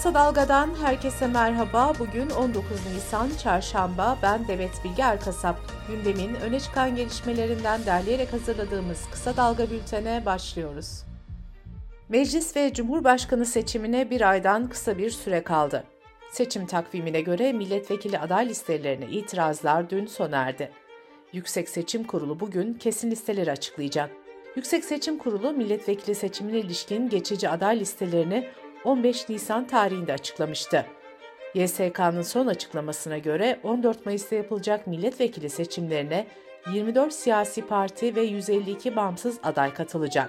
Kısa Dalga'dan herkese merhaba. Bugün 19 Nisan Çarşamba. Ben Demet Bilge Erkasap. Gündemin öne çıkan gelişmelerinden derleyerek hazırladığımız Kısa Dalga bültene başlıyoruz. Meclis ve Cumhurbaşkanı seçimine bir aydan kısa bir süre kaldı. Seçim takvimine göre milletvekili aday listelerine itirazlar dün sona erdi. Yüksek Seçim Kurulu bugün kesin listeleri açıklayacak. Yüksek Seçim Kurulu milletvekili seçimine ilişkin geçici aday listelerini 15 Nisan tarihinde açıklamıştı. YSK'nın son açıklamasına göre 14 Mayıs'ta yapılacak milletvekili seçimlerine 24 siyasi parti ve 152 bağımsız aday katılacak.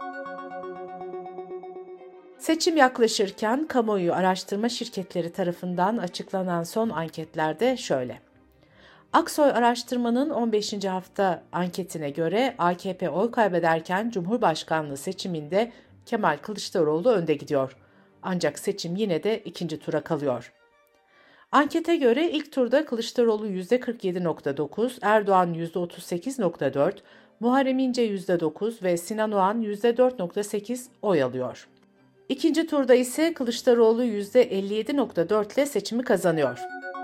Seçim yaklaşırken kamuoyu araştırma şirketleri tarafından açıklanan son anketlerde şöyle. Aksoy Araştırma'nın 15. hafta anketine göre AKP oy kaybederken Cumhurbaşkanlığı seçiminde Kemal Kılıçdaroğlu önde gidiyor. Ancak seçim yine de ikinci tura kalıyor. Ankete göre ilk turda Kılıçdaroğlu %47.9, Erdoğan %38.4, Muharrem İnce %9 ve Sinan Oğan %4.8 oy alıyor. İkinci turda ise Kılıçdaroğlu %57.4 ile seçimi kazanıyor.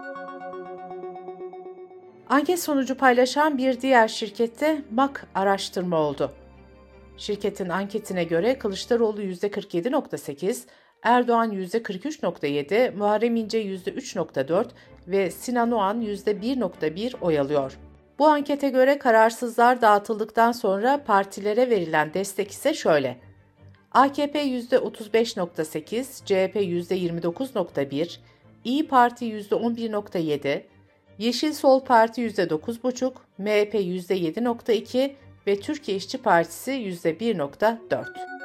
Anket sonucu paylaşan bir diğer şirkette MAK Araştırma oldu. Şirketin anketine göre Kılıçdaroğlu %47.8, Erdoğan %43.7, Muharrem İnce %3.4 ve Sinan Oğan %1.1 oy alıyor. Bu ankete göre kararsızlar dağıtıldıktan sonra partilere verilen destek ise şöyle. AKP %35.8, CHP %29.1, İYİ Parti %11.7, Yeşil Sol Parti %9.5, MHP %7.2 ve Türkiye İşçi Partisi %1.4.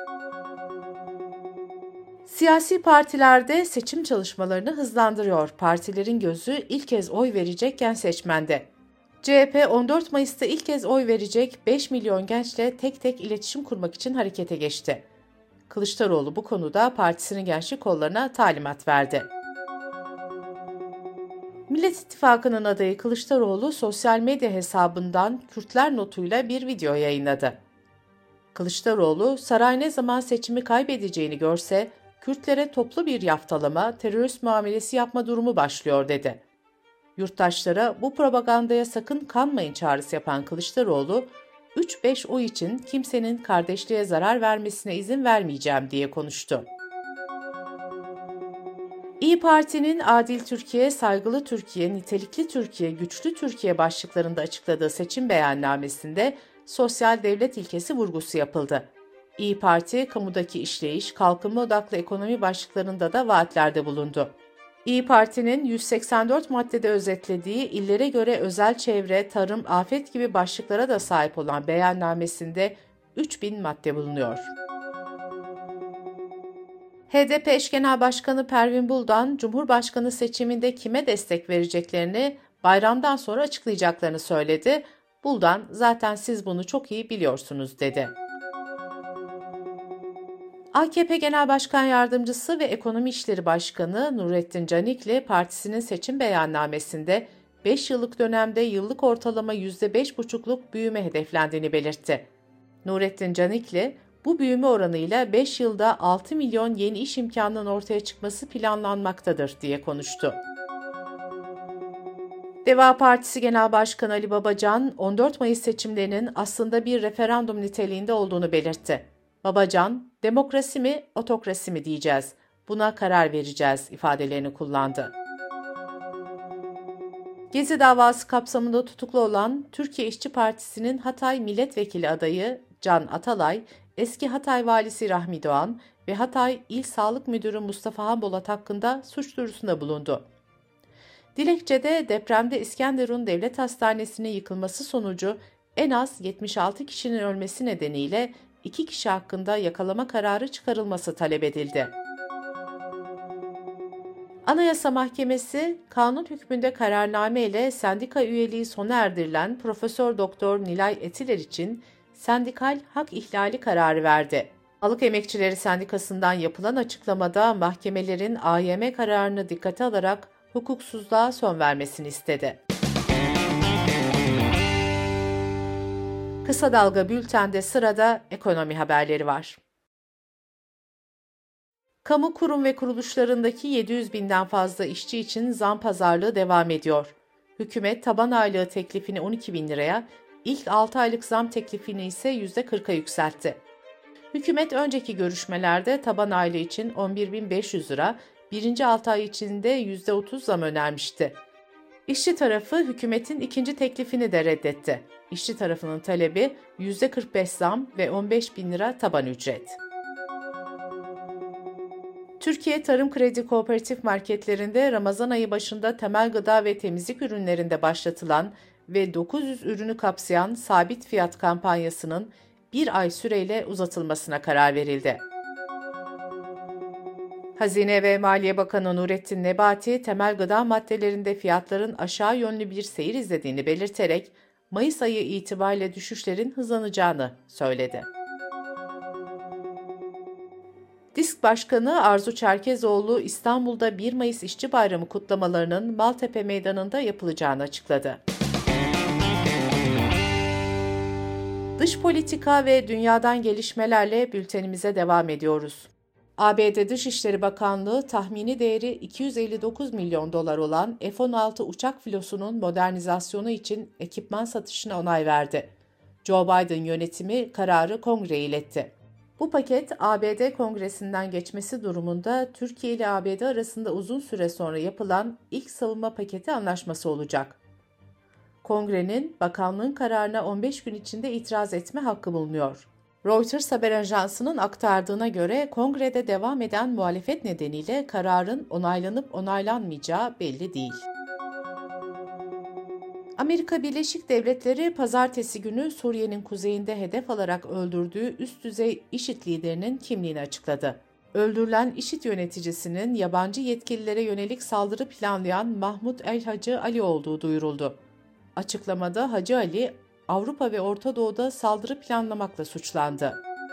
Siyasi partilerde seçim çalışmalarını hızlandırıyor. Partilerin gözü ilk kez oy verecekken seçmende. CHP 14 Mayıs'ta ilk kez oy verecek 5 milyon gençle tek tek iletişim kurmak için harekete geçti. Kılıçdaroğlu bu konuda partisinin gençlik kollarına talimat verdi. Millet İttifakı'nın adayı Kılıçdaroğlu sosyal medya hesabından Kürtler notuyla bir video yayınladı. Kılıçdaroğlu, saray ne zaman seçimi kaybedeceğini görse, Kürtlere toplu bir yaftalama, terörist muamelesi yapma durumu başlıyor dedi. Yurttaşlara bu propagandaya sakın kanmayın çağrısı yapan Kılıçdaroğlu, 3-5 oy için kimsenin kardeşliğe zarar vermesine izin vermeyeceğim diye konuştu. İYİ Parti'nin Adil Türkiye, Saygılı Türkiye, Nitelikli Türkiye, Güçlü Türkiye başlıklarında açıkladığı seçim beyannamesinde sosyal devlet ilkesi vurgusu yapıldı. İYİ Parti, kamudaki işleyiş, kalkınma odaklı ekonomi başlıklarında da vaatlerde bulundu. İYİ Parti'nin 184 maddede özetlediği illere göre özel çevre, tarım, afet gibi başlıklara da sahip olan beyannamesinde 3000 madde bulunuyor. HDP eş genel başkanı Pervin Buldan, Cumhurbaşkanı seçiminde kime destek vereceklerini bayramdan sonra açıklayacaklarını söyledi. Buldan, zaten siz bunu çok iyi biliyorsunuz dedi. AKP Genel Başkan Yardımcısı ve Ekonomi İşleri Başkanı Nurettin Canikli, partisinin seçim beyannamesinde 5 yıllık dönemde yıllık ortalama %5,5'luk büyüme hedeflendiğini belirtti. Nurettin Canikli, bu büyüme oranıyla 5 yılda 6 milyon yeni iş imkanının ortaya çıkması planlanmaktadır diye konuştu. Deva Partisi Genel Başkanı Ali Babacan, 14 Mayıs seçimlerinin aslında bir referandum niteliğinde olduğunu belirtti. Babacan, demokrasi mi, otokrasi mi diyeceğiz, buna karar vereceğiz ifadelerini kullandı. Gezi davası kapsamında tutuklu olan Türkiye İşçi Partisi'nin Hatay Milletvekili adayı Can Atalay, eski Hatay Valisi Rahmi Doğan ve Hatay İl Sağlık Müdürü Mustafa Hambolat hakkında suç duyurusunda bulundu. Dilekçede depremde İskenderun Devlet Hastanesi'nin yıkılması sonucu en az 76 kişinin ölmesi nedeniyle 2 kişi hakkında yakalama kararı çıkarılması talep edildi. Anayasa Mahkemesi, kanun hükmünde kararname ile sendika üyeliği sona erdirilen Profesör Doktor Nilay Etiler için sendikal hak ihlali kararı verdi. Sağlık Emekçileri Sendikası'ndan yapılan açıklamada mahkemelerin AYM kararını dikkate alarak hukuksuzluğa son vermesini istedi. Kısa Dalga Bülten'de sırada ekonomi haberleri var. Kamu kurum ve kuruluşlarındaki 700 binden fazla işçi için zam pazarlığı devam ediyor. Hükümet taban aylığı teklifini 12 bin liraya, ilk 6 aylık zam teklifini ise %40'a yükseltti. Hükümet önceki görüşmelerde taban aylığı için 11.500 lira, birinci 6 ay için de %30 zam önermişti. İşçi tarafı hükümetin ikinci teklifini de reddetti. İşçi tarafının talebi %45 zam ve 15 bin lira taban ücret. Türkiye Tarım Kredi Kooperatif marketlerinde Ramazan ayı başında temel gıda ve temizlik ürünlerinde başlatılan ve 900 ürünü kapsayan sabit fiyat kampanyasının bir ay süreyle uzatılmasına karar verildi. Hazine ve Maliye Bakanı Nurettin Nebati, temel gıda maddelerinde fiyatların aşağı yönlü bir seyir izlediğini belirterek, Mayıs ayı itibariyle düşüşlerin hızlanacağını söyledi. DİSK Başkanı Arzu Çerkezoğlu, İstanbul'da 1 Mayıs İşçi Bayramı kutlamalarının Maltepe Meydanı'nda yapılacağını açıkladı. Dış politika ve dünyadan gelişmelerle bültenimize devam ediyoruz. ABD Dışişleri Bakanlığı tahmini değeri 259 milyon dolar olan F-16 uçak filosunun modernizasyonu için ekipman satışına onay verdi. Joe Biden yönetimi kararı Kongreye iletti. Bu paket ABD Kongresi'nden geçmesi durumunda Türkiye ile ABD arasında uzun süre sonra yapılan ilk savunma paketi anlaşması olacak. Kongrenin bakanlığın kararına 15 gün içinde itiraz etme hakkı bulunuyor. Reuters haber ajansının aktardığına göre Kongrede devam eden muhalefet nedeniyle kararın onaylanıp onaylanmayacağı belli değil. Amerika Birleşik Devletleri pazartesi günü Suriye'nin kuzeyinde hedef alarak öldürdüğü üst düzey IŞİD liderinin kimliğini açıkladı. Öldürülen IŞİD yöneticisinin yabancı yetkililere yönelik saldırı planlayan Mahmud el-Hacı Ali olduğu duyuruldu. Açıklamada Hacı Ali, Avrupa ve Orta Doğu'da saldırı planlamakla suçlandı.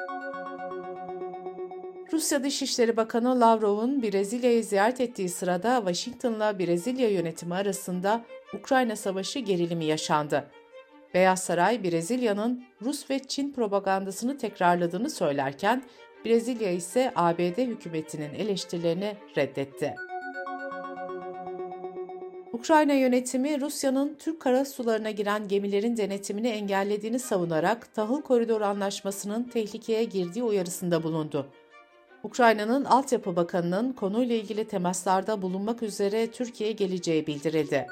Rusya Dışişleri Bakanı Lavrov'un Brezilya'yı ziyaret ettiği sırada Washington'la Brezilya yönetimi arasında Ukrayna Savaşı gerilimi yaşandı. Beyaz Saray, Brezilya'nın Rus ve Çin propagandasını tekrarladığını söylerken, Brezilya ise ABD hükümetinin eleştirilerini reddetti. Ukrayna yönetimi Rusya'nın Türk karasularına giren gemilerin denetimini engellediğini savunarak Tahıl Koridoru Anlaşması'nın tehlikeye girdiği uyarısında bulundu. Ukrayna'nın Altyapı Bakanı'nın konuyla ilgili temaslarda bulunmak üzere Türkiye'ye geleceği bildirildi.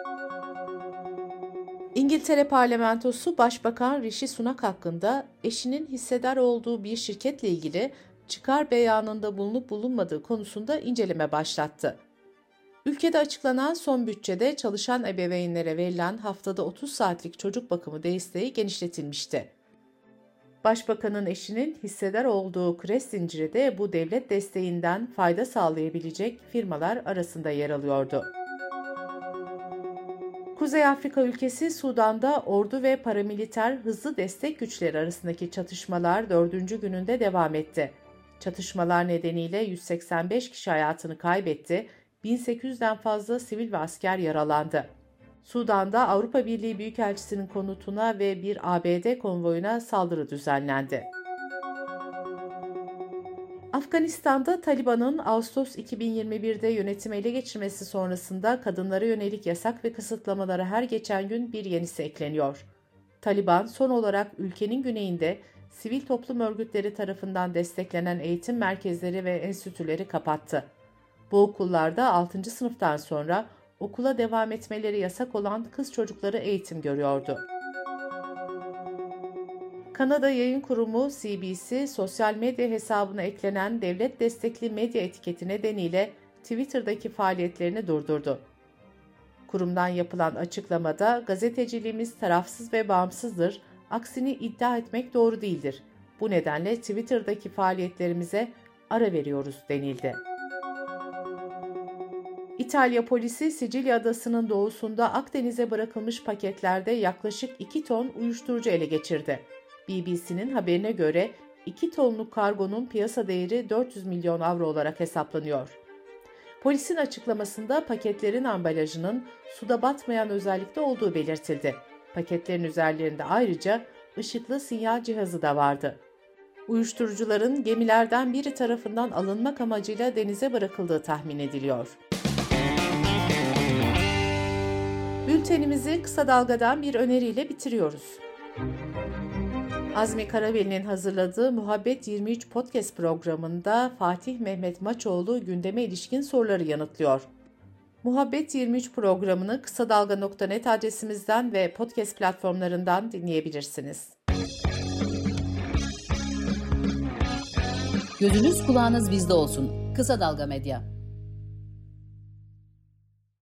İngiltere Parlamentosu Başbakan Rishi Sunak hakkında eşinin hissedar olduğu bir şirketle ilgili çıkar beyanında bulunup bulunmadığı konusunda inceleme başlattı. Ülkede açıklanan son bütçede çalışan ebeveynlere verilen haftada 30 saatlik çocuk bakımı desteği genişletilmişti. Başbakanın eşinin hissedar olduğu kreş zinciri de bu devlet desteğinden fayda sağlayabilecek firmalar arasında yer alıyordu. Kuzey Afrika ülkesi Sudan'da ordu ve paramiliter hızlı destek güçleri arasındaki çatışmalar 4. gününde devam etti. Çatışmalar nedeniyle 185 kişi hayatını kaybetti, 1800'den fazla sivil ve asker yaralandı. Sudan'da Avrupa Birliği Büyükelçisi'nin konutuna ve bir ABD konvoyuna saldırı düzenlendi. Afganistan'da Taliban'ın Ağustos 2021'de yönetimi ele geçirmesi sonrasında kadınlara yönelik yasak ve kısıtlamalara her geçen gün bir yenisi ekleniyor. Taliban son olarak ülkenin güneyinde sivil toplum örgütleri tarafından desteklenen eğitim merkezleri ve enstitüleri kapattı. Bu okullarda 6. sınıftan sonra okula devam etmeleri yasak olan kız çocukları eğitim görüyordu. Kanada Yayın Kurumu CBC, sosyal medya hesabına eklenen devlet destekli medya etiketi nedeniyle Twitter'daki faaliyetlerini durdurdu. Kurumdan yapılan açıklamada, gazeteciliğimiz tarafsız ve bağımsızdır, aksini iddia etmek doğru değildir. Bu nedenle Twitter'daki faaliyetlerimize ara veriyoruz denildi. İtalya polisi Sicilya adasının doğusunda Akdeniz'e bırakılmış paketlerde yaklaşık 2 ton uyuşturucu ele geçirdi. BBC'nin haberine göre 2 tonluk kargonun piyasa değeri 400 milyon avro olarak hesaplanıyor. Polisin açıklamasında paketlerin ambalajının suda batmayan özellikte olduğu belirtildi. Paketlerin üzerlerinde ayrıca ışıklı sinyal cihazı da vardı. Uyuşturucuların gemilerden biri tarafından alınmak amacıyla denize bırakıldığı tahmin ediliyor. Bültenimizi kısa dalgadan bir öneriyle bitiriyoruz. Azmi Karabel'in hazırladığı Muhabbet 23 podcast programında Fatih Mehmet Maçoğlu gündeme ilişkin soruları yanıtlıyor. Muhabbet 23 programını kısa dalga.net adresimizden ve podcast platformlarından dinleyebilirsiniz. Gözünüz kulağınız bizde olsun. Kısa Dalga Medya.